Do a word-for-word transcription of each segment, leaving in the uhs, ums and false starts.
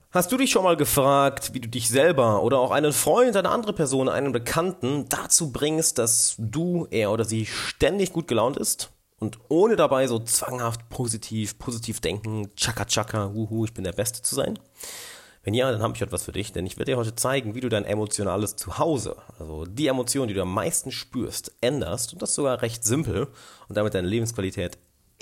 Hast du dich schon mal gefragt, wie du dich selber oder auch einen Freund, eine andere Person, einen Bekannten dazu bringst, dass du, er oder sie ständig gut gelaunt ist und ohne dabei so zwanghaft positiv, positiv denken, tschakka tschakka, wuhu, ich bin der Beste zu sein? Wenn ja, dann habe ich etwas für dich, denn ich werde dir heute zeigen, wie du dein emotionales Zuhause, also die Emotionen, die du am meisten spürst, änderst und das sogar recht simpel und damit deine Lebensqualität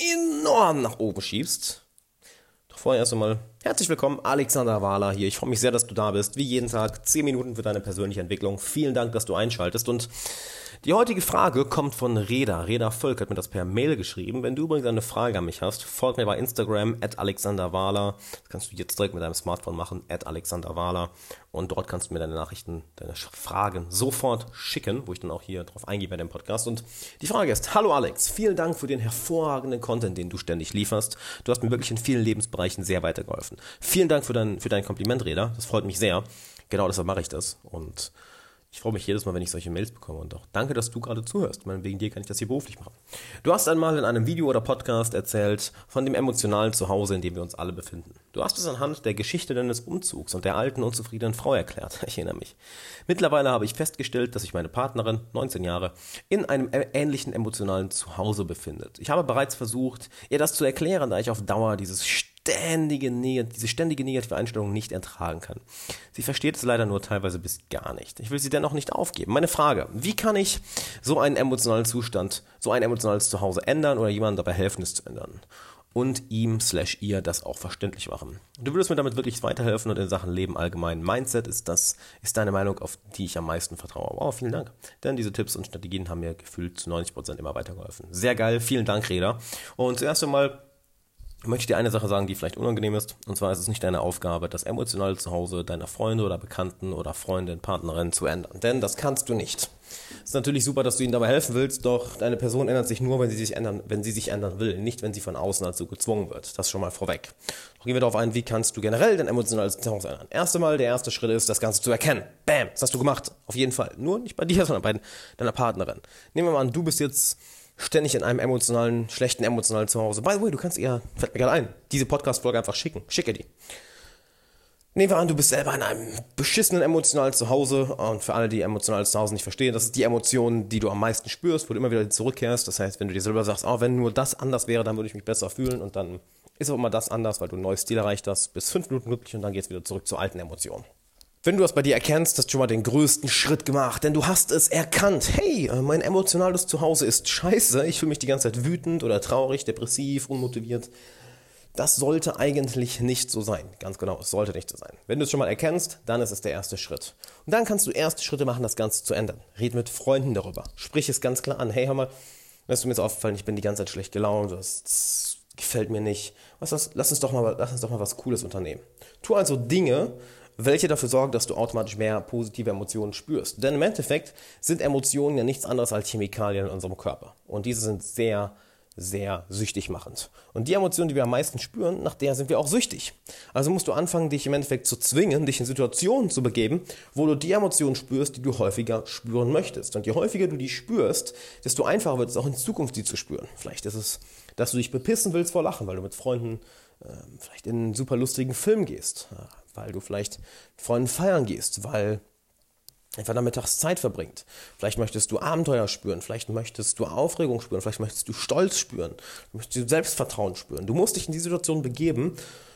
enorm nach oben schiebst. Doch vorher erst einmal herzlich willkommen, Alexander Wahler hier. Ich freue mich sehr, dass du da bist. Wie jeden Tag zehn Minuten für deine persönliche Entwicklung. Vielen Dank, dass du einschaltest. Und die heutige Frage kommt von Reda. Reda Völk hat mir das per Mail geschrieben. Wenn du übrigens eine Frage an mich hast, folg mir bei Instagram at Alexander Wahler. Das kannst du jetzt direkt mit deinem Smartphone machen, at Alexander Wahler. Und dort kannst du mir deine Nachrichten, deine Fragen sofort schicken, wo ich dann auch hier drauf eingehe bei dem Podcast. Und die Frage ist: Hallo Alex, vielen Dank für den hervorragenden Content, den du ständig lieferst. Du hast mir wirklich in vielen Lebensbereichen sehr weitergeholfen. Vielen Dank für dein, für dein Kompliment, Reda. Das freut mich sehr. Genau deshalb mache ich das. Und ich freue mich jedes Mal, wenn ich solche Mails bekomme. Und auch danke, dass du gerade zuhörst. Ich meine, wegen dir kann ich das hier beruflich machen. Du hast einmal in einem Video oder Podcast erzählt von dem emotionalen Zuhause, in dem wir uns alle befinden. Du hast es anhand der Geschichte deines Umzugs und der alten, unzufriedenen Frau erklärt. Ich erinnere mich. Mittlerweile habe ich festgestellt, dass sich meine Partnerin, neunzehn Jahre, in einem ähnlichen emotionalen Zuhause befindet. Ich habe bereits versucht, ihr das zu erklären, da ich auf Dauer dieses ständige, diese ständige negative Einstellung nicht ertragen kann. Sie versteht es leider nur teilweise bis gar nicht. Ich will sie dennoch nicht aufgeben. Meine Frage: Wie kann ich so einen emotionalen Zustand, so ein emotionales Zuhause ändern oder jemandem dabei helfen, es zu ändern? Und ihm slash ihr das auch verständlich machen. Du würdest mir damit wirklich weiterhelfen und in Sachen Leben allgemein. Mindset ist das, ist deine Meinung, auf die ich am meisten vertraue. Wow, vielen Dank. Denn diese Tipps und Strategien haben mir gefühlt zu neunzig Prozent immer weitergeholfen. Sehr geil, vielen Dank, Reda. Und zuerst einmal möchte ich dir eine Sache sagen, die vielleicht unangenehm ist. Und zwar ist es nicht deine Aufgabe, das emotionale Zuhause deiner Freunde oder Bekannten oder Freundin, Partnerin zu ändern. Denn das kannst du nicht. Es ist natürlich super, dass du ihnen dabei helfen willst, doch deine Person ändert sich nur, wenn sie sich ändern, wenn sie sich ändern will, nicht wenn sie von außen dazu gezwungen wird. Das schon mal vorweg. Doch gehen wir darauf ein, wie kannst du generell dein emotionales Zuhause ändern. Erst einmal, der erste Schritt ist, das Ganze zu erkennen. Bam, das hast du gemacht. Auf jeden Fall. Nur nicht bei dir, sondern bei deiner Partnerin. Nehmen wir mal an, du bist jetzt ständig in einem emotionalen, schlechten emotionalen Zuhause. By the way, du kannst ihr, fällt mir gerade ein, diese Podcast-Folge einfach schicken. Schicke die. Nehmen wir an, du bist selber in einem beschissenen emotionalen Zuhause. Und für alle, die emotionales Zuhause nicht verstehen, das ist die Emotion, die du am meisten spürst, wo du immer wieder zurückkehrst. Das heißt, wenn du dir selber sagst, oh, wenn nur das anders wäre, dann würde ich mich besser fühlen. Und dann ist auch immer das anders, weil du ein neues Ziel erreicht hast. Bis fünf Minuten glücklich und dann geht's wieder zurück zur alten Emotion. Wenn du das bei dir erkennst, hast du schon mal den größten Schritt gemacht, denn du hast es erkannt. Hey, mein emotionales Zuhause ist scheiße, ich fühle mich die ganze Zeit wütend oder traurig, depressiv, unmotiviert. Das sollte eigentlich nicht so sein. Ganz genau, es sollte nicht so sein. Wenn du es schon mal erkennst, dann ist es der erste Schritt. Und dann kannst du erste Schritte machen, das Ganze zu ändern. Red mit Freunden darüber. Sprich es ganz klar an. Hey, hör mal, weißt du, mir ist aufgefallen, ich bin die ganze Zeit schlecht gelaunt, das, das gefällt mir nicht. Weißt du was, lass uns doch mal, lass uns doch mal was Cooles unternehmen. Tu also Dinge, welche dafür sorgen, dass du automatisch mehr positive Emotionen spürst. Denn im Endeffekt sind Emotionen ja nichts anderes als Chemikalien in unserem Körper. Und diese sind sehr, sehr süchtig machend. Und die Emotion, die wir am meisten spüren, nach der sind wir auch süchtig. Also musst du anfangen, dich im Endeffekt zu zwingen, dich in Situationen zu begeben, wo du die Emotionen spürst, die du häufiger spüren möchtest. Und je häufiger du die spürst, desto einfacher wird es auch in Zukunft, die zu spüren. Vielleicht ist es, dass du dich bepissen willst vor Lachen, weil du mit Freunden äh, vielleicht in einen super lustigen Film gehst, weil du vielleicht mit Freunden feiern gehst, weil einfach nachmittags Zeit verbringt. Vielleicht möchtest du Abenteuer spüren, vielleicht möchtest du Aufregung spüren, vielleicht möchtest du Stolz spüren, möchtest du Selbstvertrauen spüren. Du musst dich in die Situation begeben,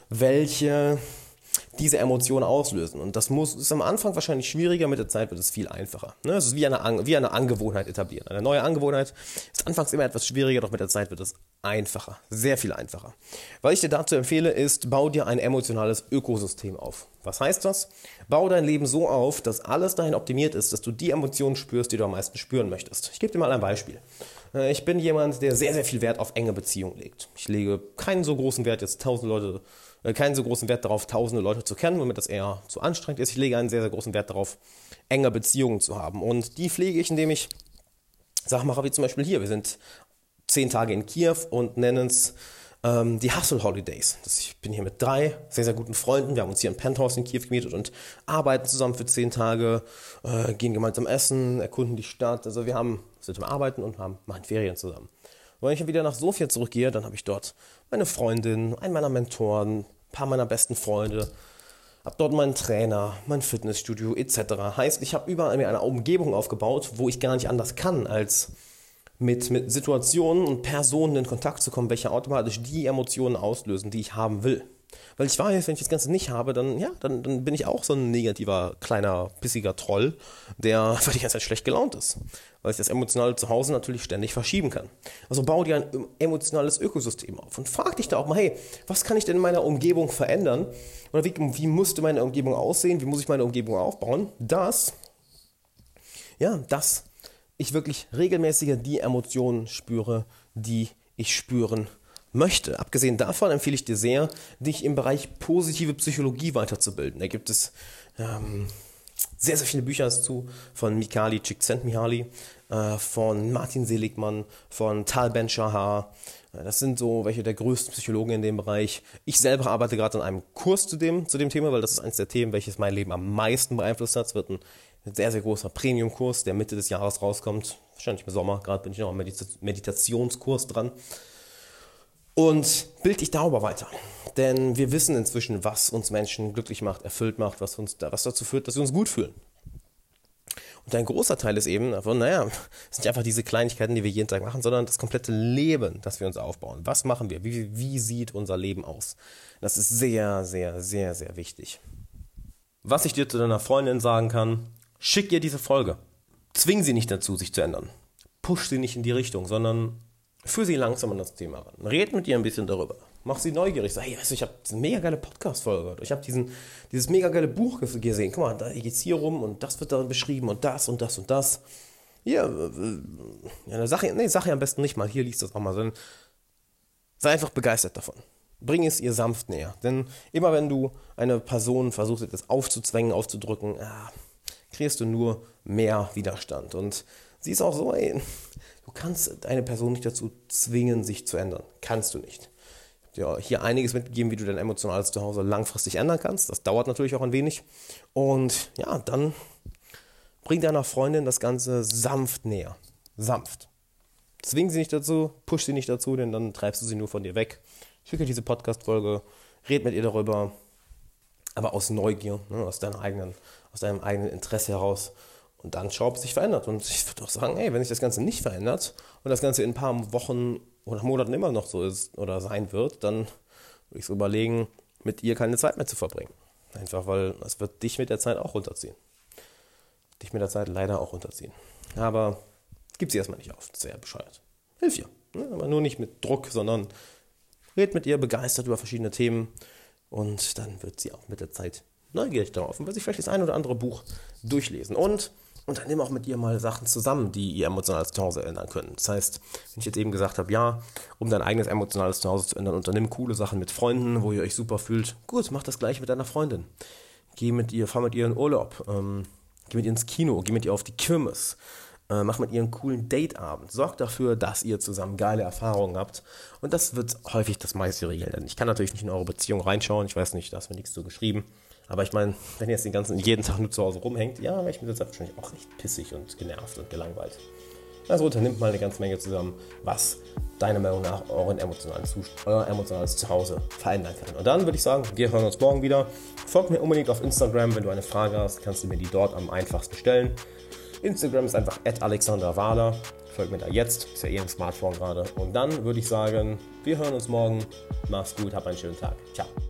welche diese Emotionen auslösen. Und das muss, ist am Anfang wahrscheinlich schwieriger, mit der Zeit wird es viel einfacher. Ne? Es ist wie eine, wie eine Angewohnheit etablieren. Eine neue Angewohnheit ist anfangs immer etwas schwieriger, doch mit der Zeit wird es einfacher. Sehr viel einfacher. Was ich dir dazu empfehle, ist, bau dir ein emotionales Ökosystem auf. Was heißt das? Bau dein Leben so auf, dass alles dahin optimiert ist, dass du die Emotionen spürst, die du am meisten spüren möchtest. Ich gebe dir mal ein Beispiel. Ich bin jemand, der sehr, sehr viel Wert auf enge Beziehungen legt. Ich lege keinen so großen Wert, jetzt tausend Leute, äh, keinen so großen Wert darauf, tausende Leute zu kennen, womit das eher zu anstrengend ist. Ich lege einen sehr, sehr großen Wert darauf, enge Beziehungen zu haben. Und die pflege ich, indem ich Sachen mache, wie zum Beispiel hier. Wir sind zehn Tage in Kiew und nennen es ähm, die Hustle Holidays. Das, ich bin hier mit drei sehr, sehr guten Freunden. Wir haben uns hier ein Penthouse in Kiew gemietet und arbeiten zusammen für zehn Tage, äh, gehen gemeinsam essen, erkunden die Stadt. Also wir haben, sind im Arbeiten und haben, machen Ferien zusammen. Und wenn ich wieder nach Sofia zurückgehe, dann habe ich dort meine Freundin, einen meiner Mentoren, ein paar meiner besten Freunde, Hab dort meinen Trainer, mein Fitnessstudio et cetera. Heißt, ich habe überall mir eine Umgebung aufgebaut, wo ich gar nicht anders kann, als mit, mit Situationen und Personen in Kontakt zu kommen, welche automatisch die Emotionen auslösen, die ich haben will. Weil ich weiß, wenn ich das Ganze nicht habe, dann, ja, dann, dann bin ich auch so ein negativer, kleiner, bissiger Troll, der einfach die ganze Zeit schlecht gelaunt ist. Weil ich das emotionale Zuhause natürlich ständig verschieben kann. Also bau dir ein emotionales Ökosystem auf und frag dich da auch mal, hey, was kann ich denn in meiner Umgebung verändern? Oder wie, wie müsste meine Umgebung aussehen? Wie muss ich meine Umgebung aufbauen? Dass, ja, dass ich wirklich regelmäßiger die Emotionen spüre, die ich spüren möchte. Abgesehen davon empfehle ich dir sehr, dich im Bereich positive Psychologie weiterzubilden. Da gibt es ähm, sehr, sehr viele Bücher dazu von Mihaly Csikszentmihalyi, äh, von Martin Seligman, von Tal Ben-Shahar. Das sind so welche der größten Psychologen in dem Bereich. Ich selber arbeite gerade an einem Kurs zu dem, zu dem Thema, weil das ist eines der Themen, welches mein Leben am meisten beeinflusst hat. Es wird ein sehr, sehr großer Premium-Kurs, der Mitte des Jahres rauskommt. Wahrscheinlich im Sommer. Gerade bin ich noch am Medita- Meditationskurs dran. Und bild dich darüber weiter. Denn wir wissen inzwischen, was uns Menschen glücklich macht, erfüllt macht, was uns da, was dazu führt, dass wir uns gut fühlen. Und ein großer Teil ist eben davon, naja, es sind nicht einfach diese Kleinigkeiten, die wir jeden Tag machen, sondern das komplette Leben, das wir uns aufbauen. Was machen wir? Wie, wie sieht unser Leben aus? Das ist sehr, sehr, sehr, sehr wichtig. Was ich dir zu deiner Freundin sagen kann, schick ihr diese Folge. Zwing sie nicht dazu, sich zu ändern. Push sie nicht in die Richtung, sondern führ sie langsam an das Thema ran. Red mit ihr ein bisschen darüber. Mach sie neugierig. Sag, hey, weißt du, ich habe eine mega geile Podcast-Folge gehört. Ich habe dieses mega geile Buch gesehen. Guck mal, da geht's hier rum und das wird da beschrieben und das und das und das. Hier, äh, ja, sag, nee, sag ihr am besten nicht mal. Hier liest das auch mal. Sondern sei einfach begeistert davon. Bring es ihr sanft näher. Denn immer wenn du eine Person versuchst, etwas aufzuzwängen, aufzudrücken, ja, kriegst du nur mehr Widerstand. Und sie ist auch so, ey, du kannst eine Person nicht dazu zwingen, sich zu ändern. Kannst du nicht. Ich habe dir hier einiges mitgegeben, wie du dein emotionales Zuhause langfristig ändern kannst. Das dauert natürlich auch ein wenig. Und ja, dann bring deiner Freundin das Ganze sanft näher. Sanft. Zwing sie nicht dazu, push sie nicht dazu, denn dann treibst du sie nur von dir weg. Schicke diese Podcast-Folge, red mit ihr darüber, aber aus Neugier, ne, aus deinem eigenen, aus deinem eigenen Interesse heraus. Und dann schau, ob es sich verändert. Und ich würde auch sagen, ey, wenn sich das Ganze nicht verändert und das Ganze in ein paar Wochen oder Monaten immer noch so ist oder sein wird, dann würde ich so überlegen, mit ihr keine Zeit mehr zu verbringen. Einfach, weil es wird dich mit der Zeit auch runterziehen. Dich mit der Zeit leider auch runterziehen. Aber gib sie erstmal nicht auf. Das ist ja bescheuert. Hilf ihr. Ne? Aber nur nicht mit Druck, sondern red mit ihr begeistert über verschiedene Themen. Und dann wird sie auch mit der Zeit neugierig darauf und wird sich vielleicht das ein oder andere Buch durchlesen. Und unternimm auch mit ihr mal Sachen zusammen, die ihr emotionales Zuhause ändern können. Das heißt, wenn ich jetzt eben gesagt habe, ja, um dein eigenes emotionales Zuhause zu ändern, unternimm coole Sachen mit Freunden, wo ihr euch super fühlt. Gut, mach das gleich mit deiner Freundin. Geh mit ihr, fahr mit ihr in Urlaub. Ähm, geh mit ihr ins Kino, geh mit ihr auf die Kirmes. Äh, mach mit ihr einen coolen Dateabend. Sorgt dafür, dass ihr zusammen geile Erfahrungen habt. Und das wird häufig das meiste regeln. Denn ich kann natürlich nicht in eure Beziehung reinschauen. Ich weiß nicht, da ist mir nichts so geschrieben. Aber ich meine, wenn ihr jetzt den ganzen, jeden Tag nur zu Hause rumhängt, ja, wäre ich mit der Zeit wahrscheinlich auch recht pissig und genervt und gelangweilt. Also unternimmt mal eine ganze Menge zusammen, was deiner Meinung nach euren emotionalen Zustand, euer emotionales Zuhause verändern kann. Und dann würde ich sagen, wir hören uns morgen wieder. Folgt mir unbedingt auf Instagram, wenn du eine Frage hast, kannst du mir die dort am einfachsten stellen. Instagram ist einfach at alexander wahler. Folgt mir da jetzt, ist ja eh im Smartphone gerade. Und dann würde ich sagen, wir hören uns morgen. Mach's gut, hab einen schönen Tag. Ciao.